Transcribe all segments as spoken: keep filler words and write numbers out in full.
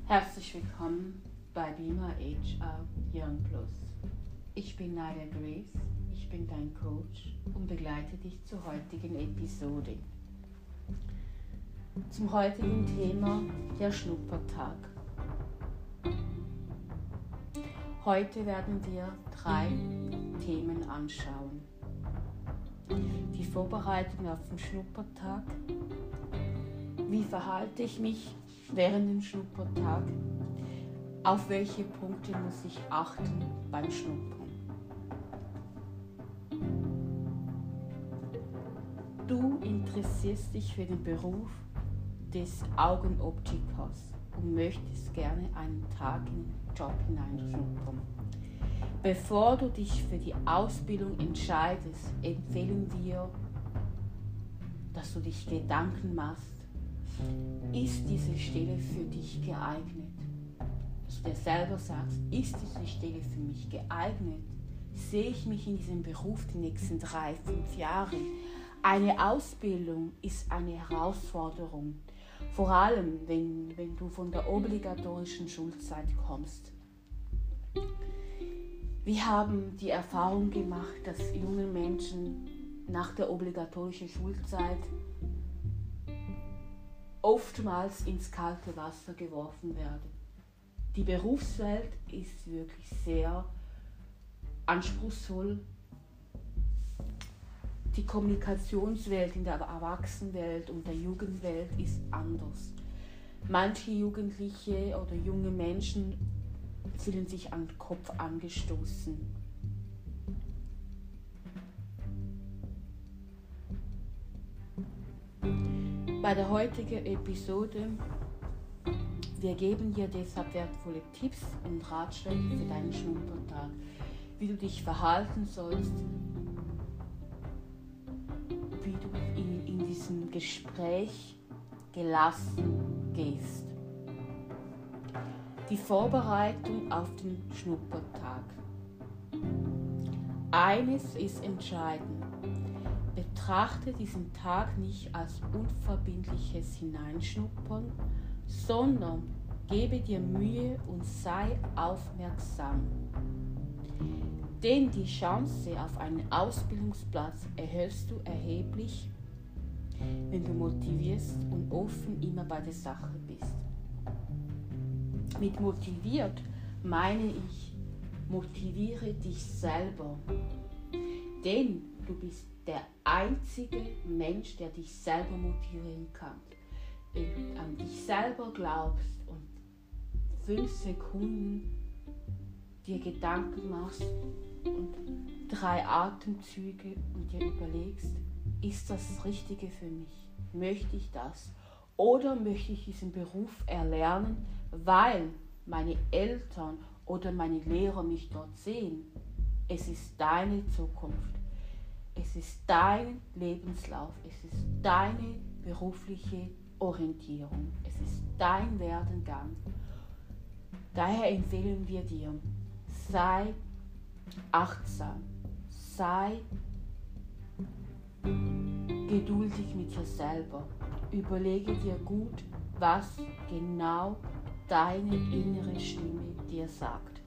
Herzlich willkommen bei Bima H R Young Plus. Ich bin Nadia Grace, ich bin dein Coach und begleite dich zur heutigen Episode. Zum heutigen Thema der Schnuppertag. Heute werden wir drei Themen anschauen. Die Vorbereitung auf den Schnuppertag. Wie verhalte ich mich während dem Schnuppertag? Auf welche Punkte muss ich achten beim Schnuppern? Du interessierst dich für den Beruf des Augenoptikers und möchtest gerne einen Tag in den Job hineinschnuppern. Bevor du dich für die Ausbildung entscheidest, empfehlen wir, dass du dich Gedanken machst, ist diese Stelle für dich geeignet? Dass du dir selber sagst, ist diese Stelle für mich geeignet? Sehe ich mich in diesem Beruf die nächsten drei, fünf Jahre? Eine Ausbildung ist eine Herausforderung, vor allem wenn, wenn du von der obligatorischen Schulzeit kommst. Wir haben die Erfahrung gemacht, dass junge Menschen nach der obligatorischen Schulzeit oftmals ins kalte Wasser geworfen werden. Die Berufswelt ist wirklich sehr anspruchsvoll. Die Kommunikationswelt in der Erwachsenenwelt und der Jugendwelt ist anders. Manche Jugendliche oder junge Menschen fühlen sich an den Kopf angestoßen. Bei der heutigen Episode, wir geben dir deshalb wertvolle Tipps und Ratschläge für deinen Schnuppertag, wie du dich verhalten sollst, wie du in, in diesem Gespräch gelassen gehst. Die Vorbereitung auf den Schnuppertag. Eines ist entscheidend. Betrachte diesen Tag nicht als unverbindliches Hineinschnuppern, sondern gebe dir Mühe und sei aufmerksam. Denn die Chance auf einen Ausbildungsplatz erhöhst du erheblich, wenn du motivierst und offen immer bei der Sache bist. Mit motiviert meine ich, motiviere dich selber. Denn du bist der einzige Mensch, der dich selber motivieren kann. Wenn du an dich selber glaubst und fünf Sekunden dir Gedanken machst und drei Atemzüge und dir überlegst, ist das das Richtige für mich? Möchte ich das? Oder möchte ich diesen Beruf erlernen, weil meine Eltern oder meine Lehrer mich dort sehen? Es ist deine Zukunft. Es ist dein Lebenslauf, es ist deine berufliche Orientierung, es ist dein Werdegang. Daher empfehlen wir dir, sei achtsam, sei geduldig mit dir selber. Überlege dir gut, was genau deine innere Stimme dir sagt.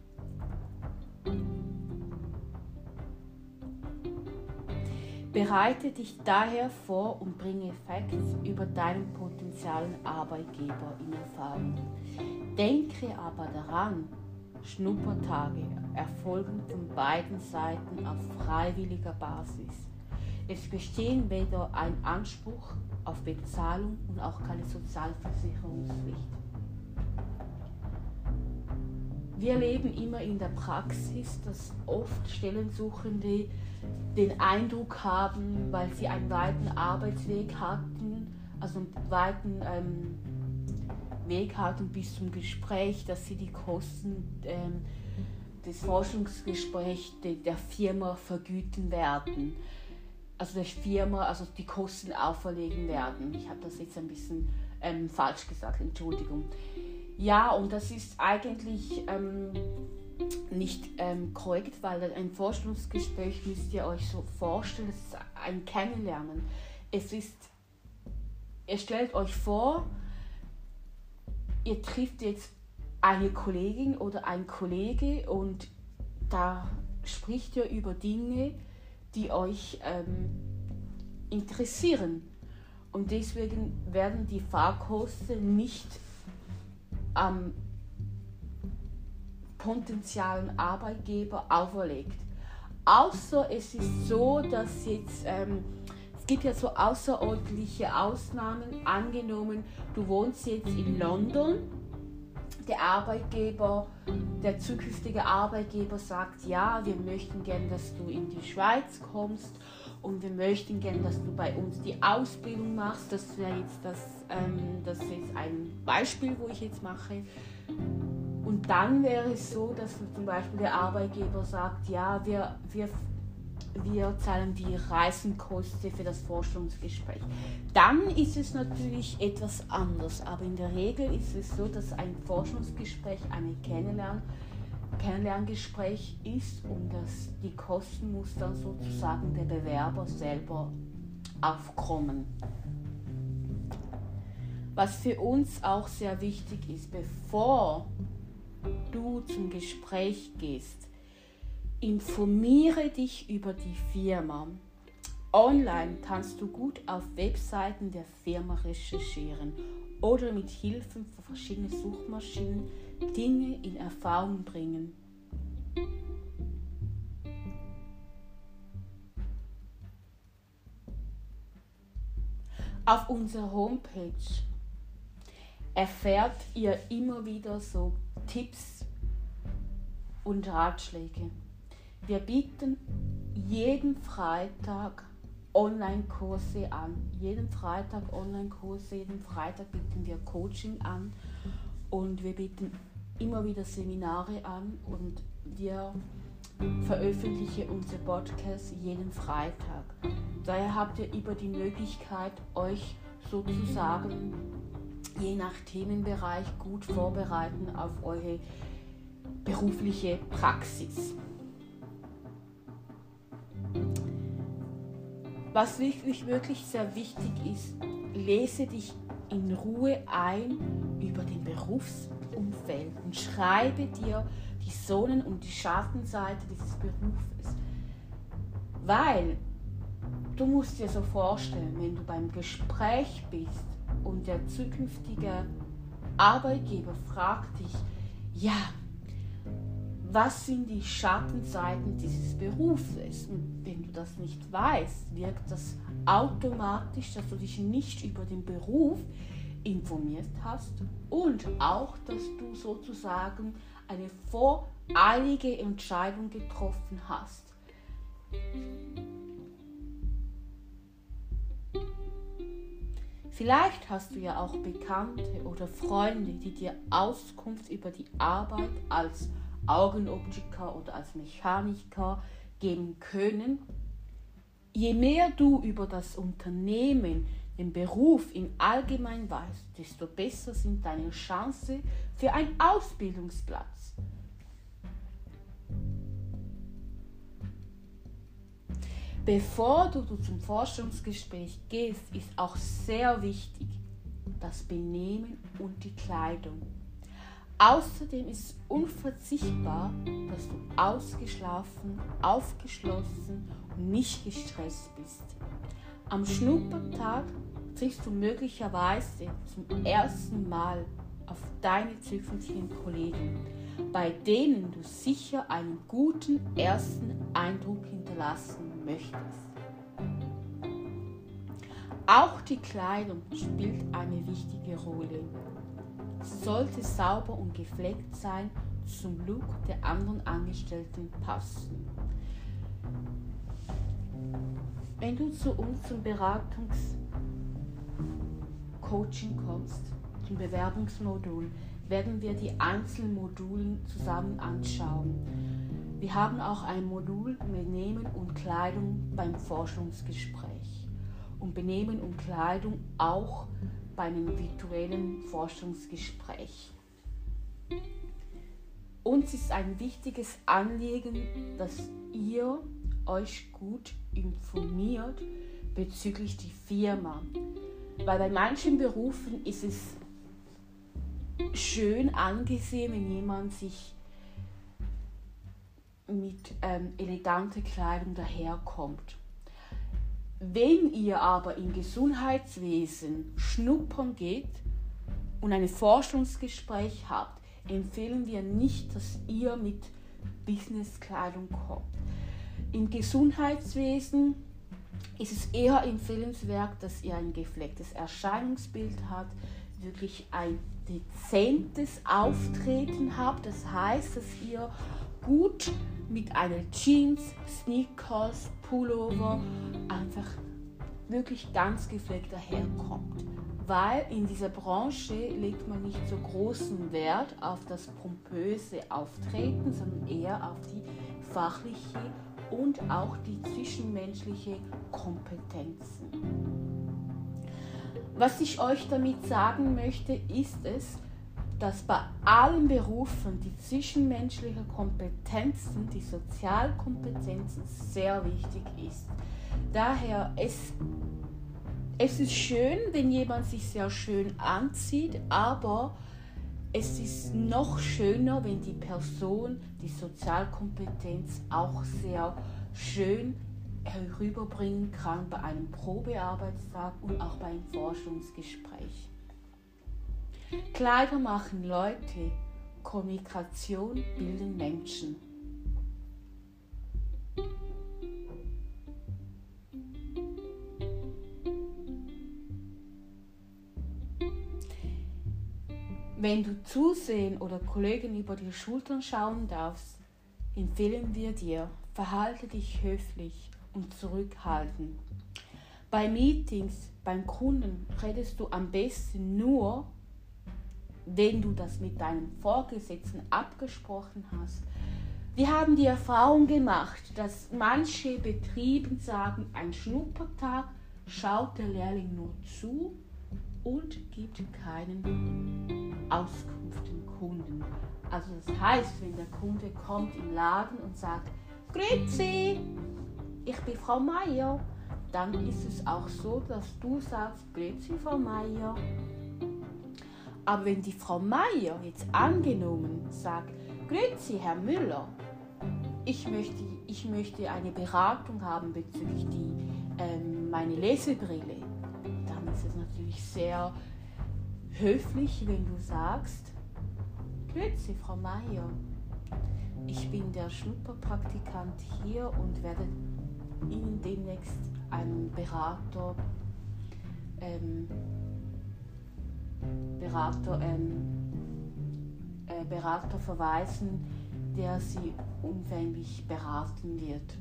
Bereite dich daher vor und bringe Facts über deinen potenziellen Arbeitgeber in Erfahrung. Denke aber daran, Schnuppertage erfolgen von beiden Seiten auf freiwilliger Basis. Es besteht weder ein Anspruch auf Bezahlung und auch keine Sozialversicherungspflicht. Wir leben immer in der Praxis, dass oft Stellensuchende den Eindruck haben, weil sie einen weiten Arbeitsweg hatten, also einen weiten ähm, Weg hatten bis zum Gespräch, dass sie die Kosten ähm, des Forschungsgesprächs de, der Firma vergüten werden. Also der Firma, also die Kosten auferlegen werden. Ich habe das jetzt ein bisschen ähm, falsch gesagt, Entschuldigung. Ja, und das ist eigentlich ähm, nicht ähm, korrekt, weil ein Vorstellungsgespräch müsst ihr euch so vorstellen, es ist ein Kennenlernen. Es ist, ihr stellt euch vor, ihr trifft jetzt eine Kollegin oder ein Kollege und da spricht ihr über Dinge, die euch ähm, interessieren. Und deswegen werden die Fahrkosten nicht am potenziellen Arbeitgeber auferlegt. Außer es ist so, dass jetzt, ähm, es gibt ja so außerordentliche Ausnahmen, angenommen, du wohnst jetzt in London, der Arbeitgeber, der zukünftige Arbeitgeber sagt, ja, wir möchten gerne, dass du in die Schweiz kommst und wir möchten gerne, dass du bei uns die Ausbildung machst. Das wäre jetzt das, ähm, das ist jetzt ein Beispiel, wo ich jetzt mache. Und dann wäre es so, dass zum Beispiel der Arbeitgeber sagt, ja, wir, wir, wir zahlen die Reisenkosten für das Forschungsgespräch. Dann ist es natürlich etwas anders, aber in der Regel ist es so, dass ein Forschungsgespräch ein Kennenlern, Kennenlerngespräch ist und dass die Kosten muss dann sozusagen der Bewerber selber aufkommen. Was für uns auch sehr wichtig ist, bevor du zum Gespräch gehst, informiere dich über die Firma. Online kannst du gut auf Webseiten der Firma recherchieren oder mit Hilfe von verschiedenen Suchmaschinen Dinge in Erfahrung bringen. Auf unserer Homepage erfährt ihr immer wieder so Tipps und Ratschläge. Wir bieten jeden Freitag Online-Kurse an. Jeden Freitag Online-Kurse, jeden Freitag bieten wir Coaching an und wir bieten immer wieder Seminare an und wir veröffentlichen unsere Podcasts jeden Freitag. Daher habt ihr über die Möglichkeit, euch sozusagen je nach Themenbereich gut vorbereiten auf eure berufliche Praxis. Was wirklich, wirklich sehr wichtig ist, lese dich in Ruhe ein über den Berufsumfeld und schreibe dir die Sonnen- und die Schattenseite dieses Berufes. Weil du musst dir so vorstellen, wenn du beim Gespräch bist und der zukünftige Arbeitgeber fragt dich, ja, was sind die Schattenseiten dieses Berufes? Und wenn du das nicht weißt, wirkt das automatisch, dass du dich nicht über den Beruf informiert hast und auch, dass du sozusagen eine voreilige Entscheidung getroffen hast. Vielleicht hast du ja auch Bekannte oder Freunde, die dir Auskunft über die Arbeit als Augenoptiker oder als Mechaniker geben können. Je mehr du über das Unternehmen, den Beruf im Allgemeinen weißt, desto besser sind deine Chancen für einen Ausbildungsplatz. Bevor du zum Forschungsgespräch gehst, ist auch sehr wichtig das Benehmen und die Kleidung. Außerdem ist es unverzichtbar, dass du ausgeschlafen, aufgeschlossen und nicht gestresst bist. Am Schnuppertag triffst du möglicherweise zum ersten Mal auf deine zukünftigen Kollegen, bei denen du sicher einen guten ersten Eindruck hinterlassen möchtest. Auch die Kleidung spielt eine wichtige Rolle. Es sollte sauber und gepflegt sein, zum Look der anderen Angestellten passen. Wenn du zu uns zum Beratungscoaching kommst, zum Bewerbungsmodul, werden wir die einzelnen Module zusammen anschauen. Wir haben auch ein Modul Benehmen und Kleidung beim Forschungsgespräch und Benehmen und Kleidung auch bei einem virtuellen Forschungsgespräch. Uns ist ein wichtiges Anliegen, dass ihr euch gut informiert bezüglich der Firma. Weil bei manchen Berufen ist es schön angesehen, wenn jemand sich mit ähm, eleganter Kleidung daherkommt. Wenn ihr aber im Gesundheitswesen schnuppern geht und ein Forschungsgespräch habt, empfehlen wir nicht, dass ihr mit Businesskleidung kommt. Im Gesundheitswesen ist es eher empfehlenswert, dass ihr ein gepflegtes Erscheinungsbild habt, wirklich ein dezentes Auftreten habt. Das heißt, dass ihr gut mit einer Jeans, Sneakers, Pullover einfach wirklich ganz gepflegt daherkommt. Weil in dieser Branche legt man nicht so großen Wert auf das pompöse Auftreten, sondern eher auf die fachliche und auch die zwischenmenschliche Kompetenzen. Was ich euch damit sagen möchte, ist es, dass bei allen Berufen die zwischenmenschliche Kompetenzen, die Sozialkompetenzen sehr wichtig ist. Daher, es, es ist schön, wenn jemand sich sehr schön anzieht, aber es ist noch schöner, wenn die Person die Sozialkompetenz auch sehr schön herüberbringen kann bei einem Probearbeitstag und auch bei einem Forschungsgespräch. Kleider machen Leute, Kommunikation bilden Menschen. Wenn du zusehen oder Kollegen über die Schultern schauen darfst, empfehlen wir dir, verhalte dich höflich und zurückhaltend. Bei Meetings, beim Kunden redest du am besten nur, wenn du das mit deinem Vorgesetzten abgesprochen hast. Wir haben die Erfahrung gemacht, dass manche Betriebe sagen, ein Schnuppertag, schaut der Lehrling nur zu und gibt keinen Auskunft dem Kunden. Also das heißt, wenn der Kunde kommt im Laden und sagt, Grüezi, ich bin Frau Meier, dann ist es auch so, dass du sagst, Grüezi, Frau Meier. Aber wenn die Frau Meier jetzt angenommen sagt, Grüezi, Herr Müller, ich möchte, ich möchte eine Beratung haben bezüglich die, ähm, meine Lesebrille, dann ist es natürlich sehr höflich, wenn du sagst, Grüezi, Frau Meier, ich bin der Schnupperpraktikant hier und werde Ihnen demnächst einen Berater ähm, Berater, ähm, äh, Berater verweisen, der sie umfänglich beraten wird.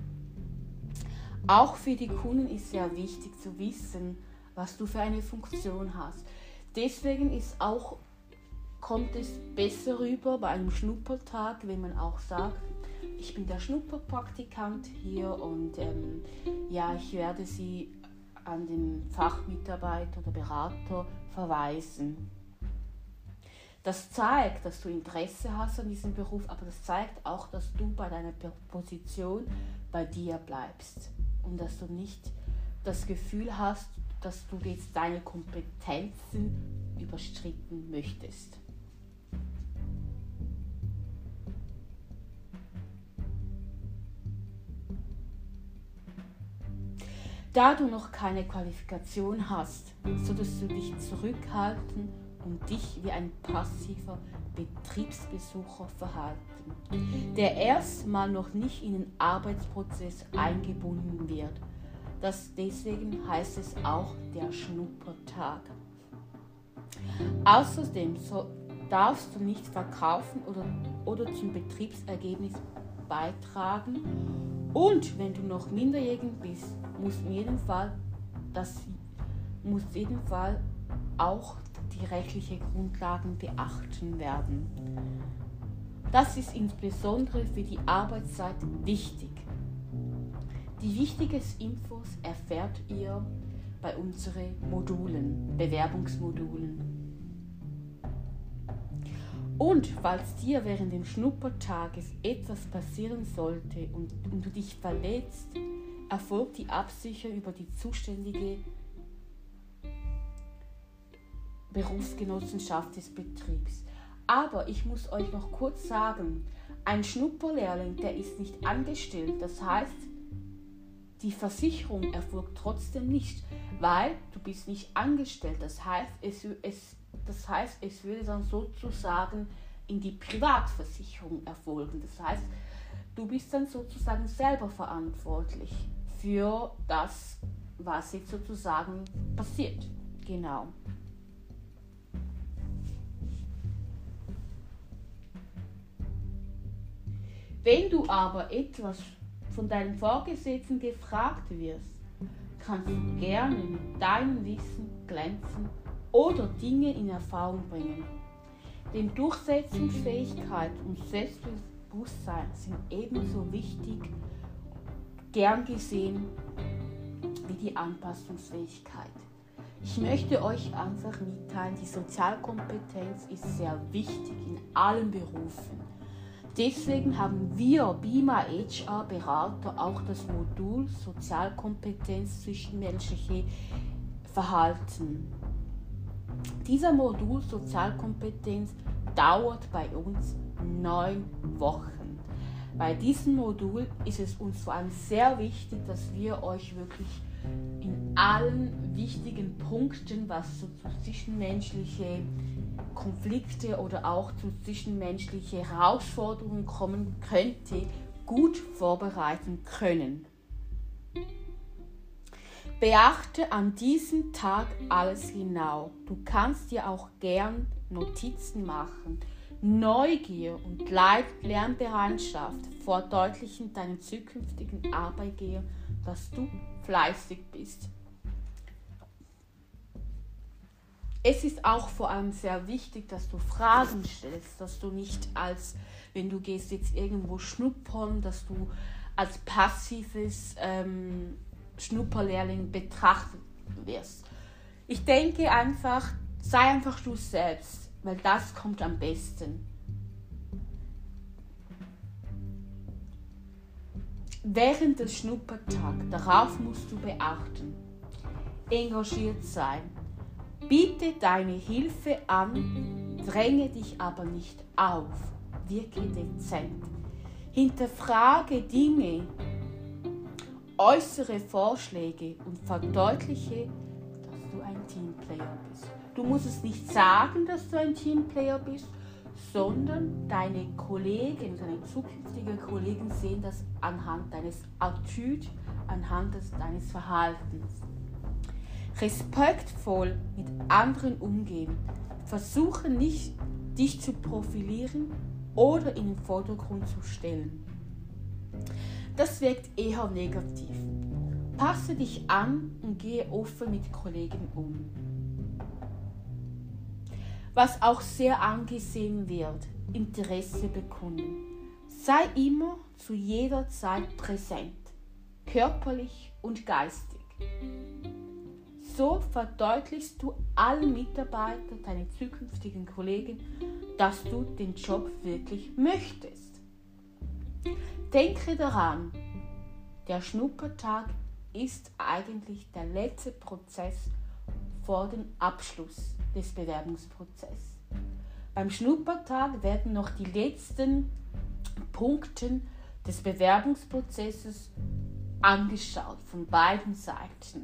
Auch für die Kunden ist sehr wichtig zu wissen, was du für eine Funktion hast. Deswegen ist auch, kommt es besser rüber bei einem Schnuppertag, wenn man auch sagt, ich bin der Schnupperpraktikant hier und ähm, ja, ich werde Sie an den Fachmitarbeiter oder Berater verweisen. Das zeigt, dass du Interesse hast an diesem Beruf, aber das zeigt auch, dass du bei deiner Position bei dir bleibst und dass du nicht das Gefühl hast, dass du jetzt deine Kompetenzen überschritten möchtest. Da du noch keine Qualifikation hast, solltest du dich zurückhalten und dich wie ein passiver Betriebsbesucher verhalten, der erstmal noch nicht in den Arbeitsprozess eingebunden wird. Das, deswegen heißt es auch der Schnuppertag. Außerdem so, darfst du nicht verkaufen oder, oder zum Betriebsergebnis beitragen. Und wenn du noch minderjährig bist, muss in jedem Fall, das, muss in jedem Fall auch die rechtlichen Grundlagen beachten werden. Das ist insbesondere für die Arbeitszeit wichtig. Die wichtigsten Infos erfährt ihr bei unseren Modulen, Bewerbungsmodulen. Und falls dir während des Schnuppertages etwas passieren sollte und, und du dich verletzt, erfolgt die Absicherung über die zuständige Berufsgenossenschaft des Betriebs. Aber ich muss euch noch kurz sagen, ein Schnupperlehrling, der ist nicht angestellt. Das heißt, die Versicherung erfolgt trotzdem nicht, weil du bist nicht angestellt. Das heißt, es, es, das heißt, es würde dann sozusagen in die Privatversicherung erfolgen. Das heißt, du bist dann sozusagen selber verantwortlich für das, was jetzt sozusagen passiert. Genau. Wenn du aber etwas von deinem Vorgesetzten gefragt wirst, kannst du gerne mit deinem Wissen glänzen oder Dinge in Erfahrung bringen. Denn Durchsetzungsfähigkeit und Selbstbewusstsein sind ebenso wichtig, gern gesehen, wie die Anpassungsfähigkeit. Ich möchte euch einfach mitteilen, die Sozialkompetenz ist sehr wichtig in allen Berufen. Deswegen haben wir B I M A H R Berater auch das Modul Sozialkompetenz zwischenmenschliche Verhalten. Dieser Modul Sozialkompetenz dauert bei uns neun Wochen. Bei diesem Modul ist es uns vor allem sehr wichtig, dass wir euch wirklich in allen wichtigen Punkten, was so zu zwischenmenschliche Konflikte oder auch zu zwischenmenschliche Herausforderungen kommen könnte, gut vorbereiten können. Beachte an diesem Tag alles genau. Du kannst dir auch gern Notizen machen. Neugier und Lernbereitschaft verdeutlichen deinen zukünftigen Arbeitgeber, dass du fleißig bist. Es ist auch vor allem sehr wichtig, dass du Fragen stellst, dass du nicht als, wenn du gehst jetzt irgendwo schnuppern, dass du als passives ähm, Schnupperlehrling betrachtet wirst. Ich denke einfach, sei einfach du selbst, weil das kommt am besten. Während des Schnuppertags, darauf musst du beachten, engagiert sein. Biete deine Hilfe an, dränge dich aber nicht auf, wirke dezent. Hinterfrage Dinge, äußere Vorschläge und verdeutliche, dass du ein Teamplayer bist. Du musst es nicht sagen, dass du ein Teamplayer bist, sondern deine Kollegen, deine zukünftigen Kollegen sehen das anhand deines Attitüds, anhand des, deines Verhaltens. Respektvoll mit anderen umgehen. Versuche nicht, dich zu profilieren oder in den Vordergrund zu stellen. Das wirkt eher negativ. Passe dich an und gehe offen mit Kollegen um. Was auch sehr angesehen wird, Interesse bekunden. Sei immer zu jeder Zeit präsent, körperlich und geistig. So verdeutlichst du allen Mitarbeitern, deinen zukünftigen Kollegen, dass du den Job wirklich möchtest. Denke daran, der Schnuppertag ist eigentlich der letzte Prozess vor dem Abschluss des Bewerbungsprozesses. Beim Schnuppertag werden noch die letzten Punkte des Bewerbungsprozesses angeschaut von beiden Seiten.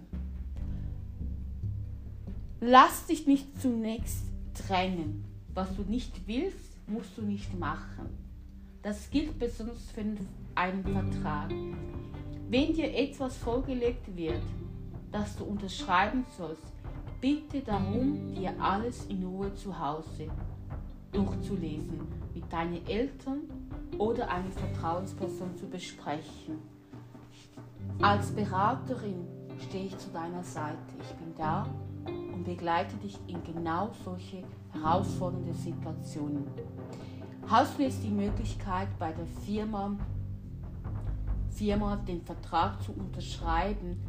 Lass dich nicht zunächst drängen. Was du nicht willst, musst du nicht machen. Das gilt besonders für einen Vertrag. Wenn dir etwas vorgelegt wird, das du unterschreiben sollst, bitte darum, dir alles in Ruhe zu Hause durchzulesen, mit deinen Eltern oder einer Vertrauensperson zu besprechen. Als Beraterin stehe ich zu deiner Seite. Ich bin da und begleite dich in genau solche herausfordernde Situationen. Hast du jetzt die Möglichkeit, bei der Firma, Firma den Vertrag zu unterschreiben?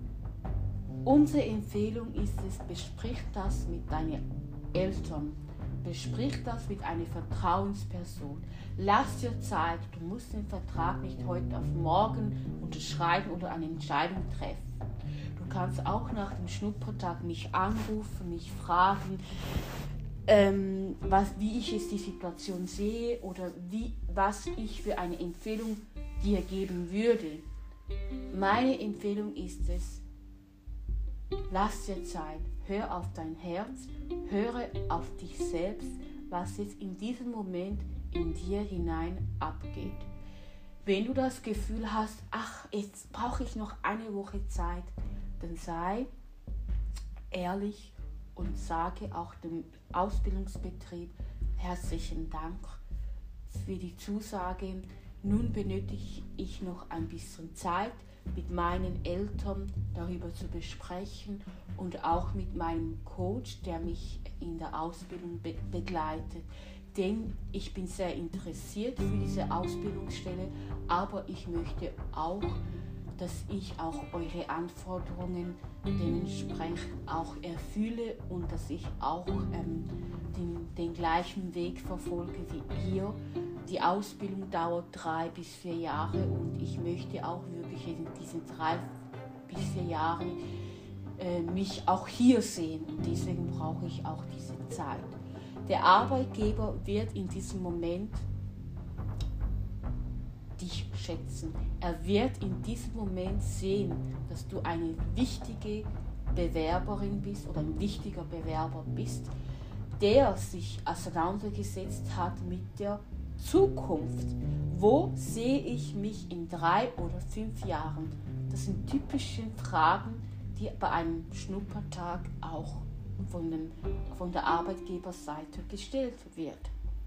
Unsere Empfehlung ist es, besprich das mit deinen Eltern. besprich das mit einer Vertrauensperson. Lass dir Zeit, du musst den Vertrag nicht heute auf morgen unterschreiben oder eine Entscheidung treffen. Du kannst auch nach dem Schnuppertag mich anrufen, mich fragen, ähm, was, wie ich jetzt die Situation sehe oder wie, was ich für eine Empfehlung dir geben würde. Meine Empfehlung ist es, lass dir Zeit, hör auf dein Herz, höre auf dich selbst, was jetzt in diesem Moment in dir hinein abgeht. Wenn du das Gefühl hast, ach, jetzt brauche ich noch eine Woche Zeit, dann sei ehrlich und sage auch dem Ausbildungsbetrieb herzlichen Dank für die Zusage. Nun benötige ich noch ein bisschen Zeit, mit meinen Eltern darüber zu besprechen und auch mit meinem Coach, der mich in der Ausbildung be- begleitet. Denn ich bin sehr interessiert für diese Ausbildungsstelle, aber ich möchte auch, dass ich auch eure Anforderungen dementsprechend auch erfülle und dass ich auch ähm, den, den gleichen Weg verfolge wie ihr. Die Ausbildung dauert drei bis vier Jahre und ich möchte auch wirklich in diesen drei bis vier Jahren äh, mich auch hier sehen. Und deswegen brauche ich auch diese Zeit. Der Arbeitgeber wird in diesem Moment dich schätzen. Er wird in diesem Moment sehen, dass du eine wichtige Bewerberin bist oder ein wichtiger Bewerber bist, der sich auseinandergesetzt hat mit der Zukunft. Wo sehe ich mich in drei oder fünf Jahren? Das sind typische Fragen, die bei einem Schnuppertag auch von, dem, von der Arbeitgeberseite gestellt wird.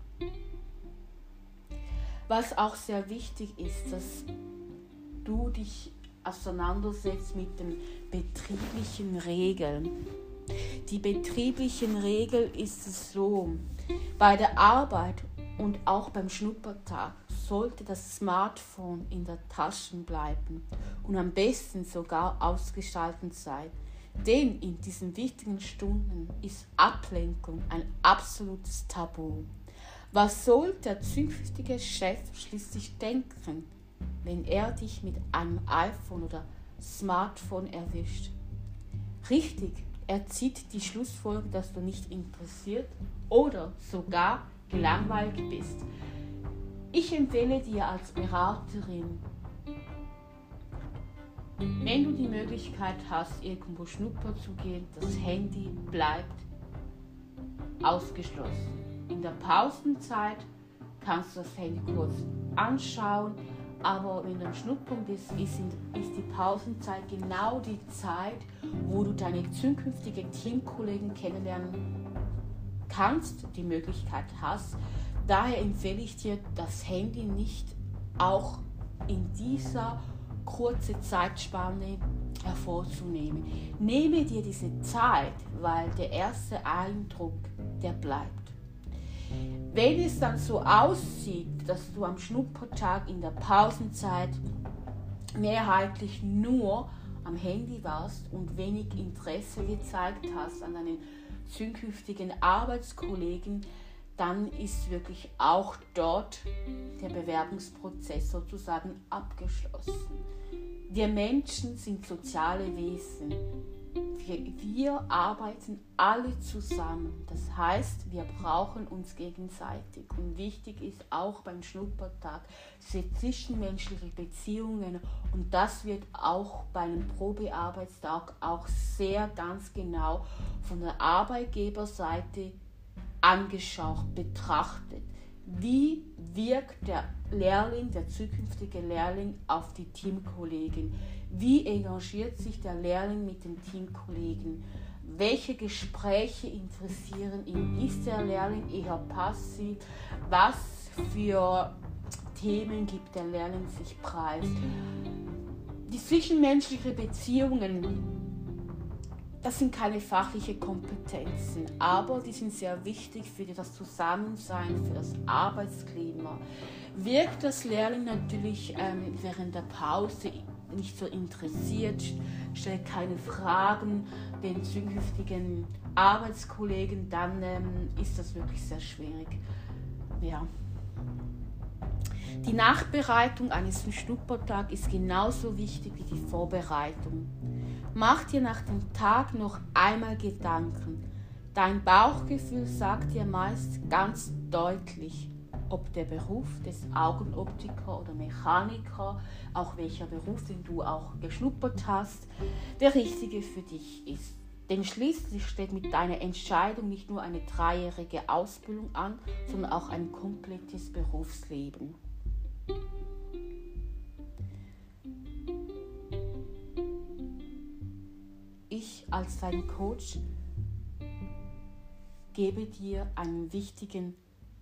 Was auch sehr wichtig ist, dass du dich auseinandersetzt mit den betrieblichen Regeln. Die betrieblichen Regeln ist es so, bei der Arbeit und auch beim Schnuppertag sollte das Smartphone in der Tasche bleiben und am besten sogar ausgeschaltet sein. Denn in diesen wichtigen Stunden ist Ablenkung ein absolutes Tabu. Was soll der zukünftige Chef schließlich denken, wenn er dich mit einem iPhone oder Smartphone erwischt? Richtig, er zieht die Schlussfolgerung, dass du nicht interessiert oder sogar gelangweilt bist. Ich empfehle dir als Beraterin, wenn du die Möglichkeit hast, irgendwo schnuppern zu gehen, das Handy bleibt ausgeschlossen. In der Pausenzeit kannst du das Handy kurz anschauen, aber wenn du am Schnuppern bist, ist, in, ist die Pausenzeit genau die Zeit, wo du deine zukünftigen Teamkollegen kennenlernen kannst, die Möglichkeit hast. Daher empfehle ich dir, das Handy nicht auch in dieser kurzen Zeitspanne hervorzunehmen. Nehme dir diese Zeit, weil der erste Eindruck, der bleibt. Wenn es dann so aussieht, dass du am Schnuppertag in der Pausenzeit mehrheitlich nur am Handy warst und wenig Interesse gezeigt hast an deinen zukünftigen Arbeitskollegen, dann ist wirklich auch dort der Bewerbungsprozess sozusagen abgeschlossen. Wir Menschen sind soziale Wesen. Wir, wir arbeiten alle zusammen. Das heißt, wir brauchen uns gegenseitig. Und wichtig ist auch beim Schnuppertag diese zwischenmenschlichen Beziehungen. Und das wird auch bei einem Probearbeitstag auch sehr ganz genau von der Arbeitgeberseite angeschaut, betrachtet. Wie wirkt der Lehrling, der zukünftige Lehrling auf die Teamkollegen? Wie engagiert sich der Lehrling mit den Teamkollegen? Welche Gespräche interessieren ihn? Ist der Lehrling eher passiv? Was für Themen gibt der Lehrling sich preis? Die zwischenmenschlichen Beziehungen, das sind keine fachlichen Kompetenzen, aber die sind sehr wichtig für das Zusammensein, für das Arbeitsklima. Wirkt das Lehrling natürlich ähm, während der Pause nicht so interessiert, stell keine Fragen den zukünftigen Arbeitskollegen, dann ähm, ist das wirklich sehr schwierig. Ja. Die Nachbereitung eines Schnuppertags ist genauso wichtig wie die Vorbereitung. Mach dir nach dem Tag noch einmal Gedanken. Dein Bauchgefühl sagt dir meist ganz deutlich, ob der Beruf des Augenoptiker oder Mechaniker, auch welcher Beruf, den du auch geschnuppert hast, der richtige für dich ist. Denn schließlich steht mit deiner Entscheidung nicht nur eine dreijährige Ausbildung an, sondern auch ein komplettes Berufsleben. Ich als dein Coach gebe dir einen wichtigen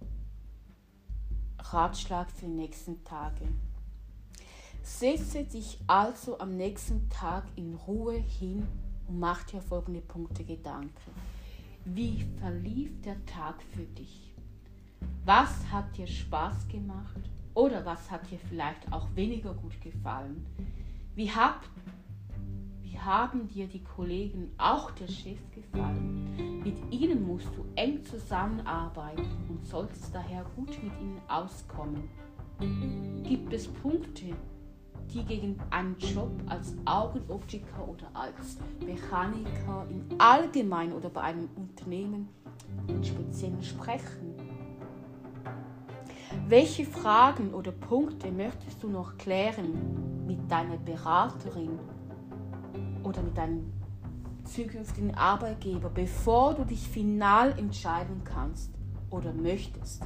Ratschlag für die nächsten Tage. Setze dich also am nächsten Tag in Ruhe hin und mach dir folgende Punkte Gedanken. Wie verlief der Tag für dich? Was hat dir Spaß gemacht? Oder was hat dir vielleicht auch weniger gut gefallen? Wie, hab, wie haben dir die Kollegen, auch der Chef, gefallen? Mit ihnen musst du eng zusammenarbeiten und solltest daher gut mit ihnen auskommen. Gibt es Punkte, die gegen einen Job als Augenoptiker oder als Mechaniker im Allgemeinen oder bei einem Unternehmen im Speziellen sprechen? Welche Fragen oder Punkte möchtest du noch klären mit deiner Beraterin oder mit deinem zukünftigen Arbeitgeber, bevor du dich final entscheiden kannst oder möchtest?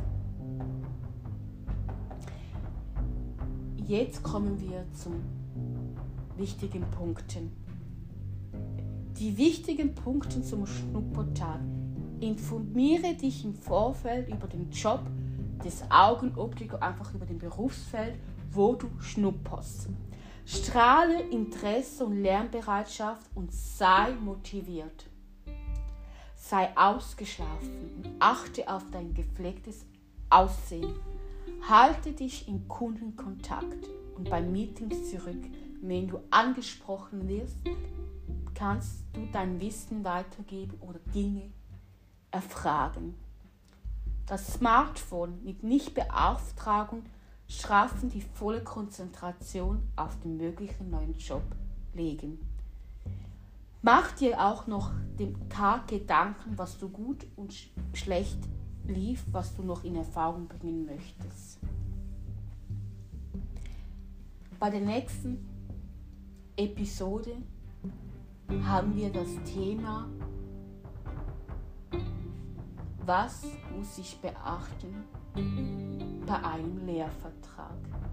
Jetzt kommen wir zu wichtigen Punkten. Die wichtigen Punkte zum Schnuppertag. Informiere dich im Vorfeld über den Job des Augenoptikers, einfach über den Berufsfeld, wo du schnupperst. Strahle Interesse und Lernbereitschaft und sei motiviert. Sei ausgeschlafen und achte auf dein gepflegtes Aussehen. Halte dich in Kundenkontakt und bei Meetings zurück. Wenn du angesprochen wirst, kannst du dein Wissen weitergeben oder Dinge erfragen. Das Smartphone mit Nichtbeauftragung strafen die volle Konzentration auf den möglichen neuen Job legen. Mach dir auch noch dem Tag Gedanken, was du gut und sch- schlecht lief, was du noch in Erfahrung bringen möchtest. Bei der nächsten Episode haben wir das Thema: Was muss ich beachten bei einem Lehrvertrag?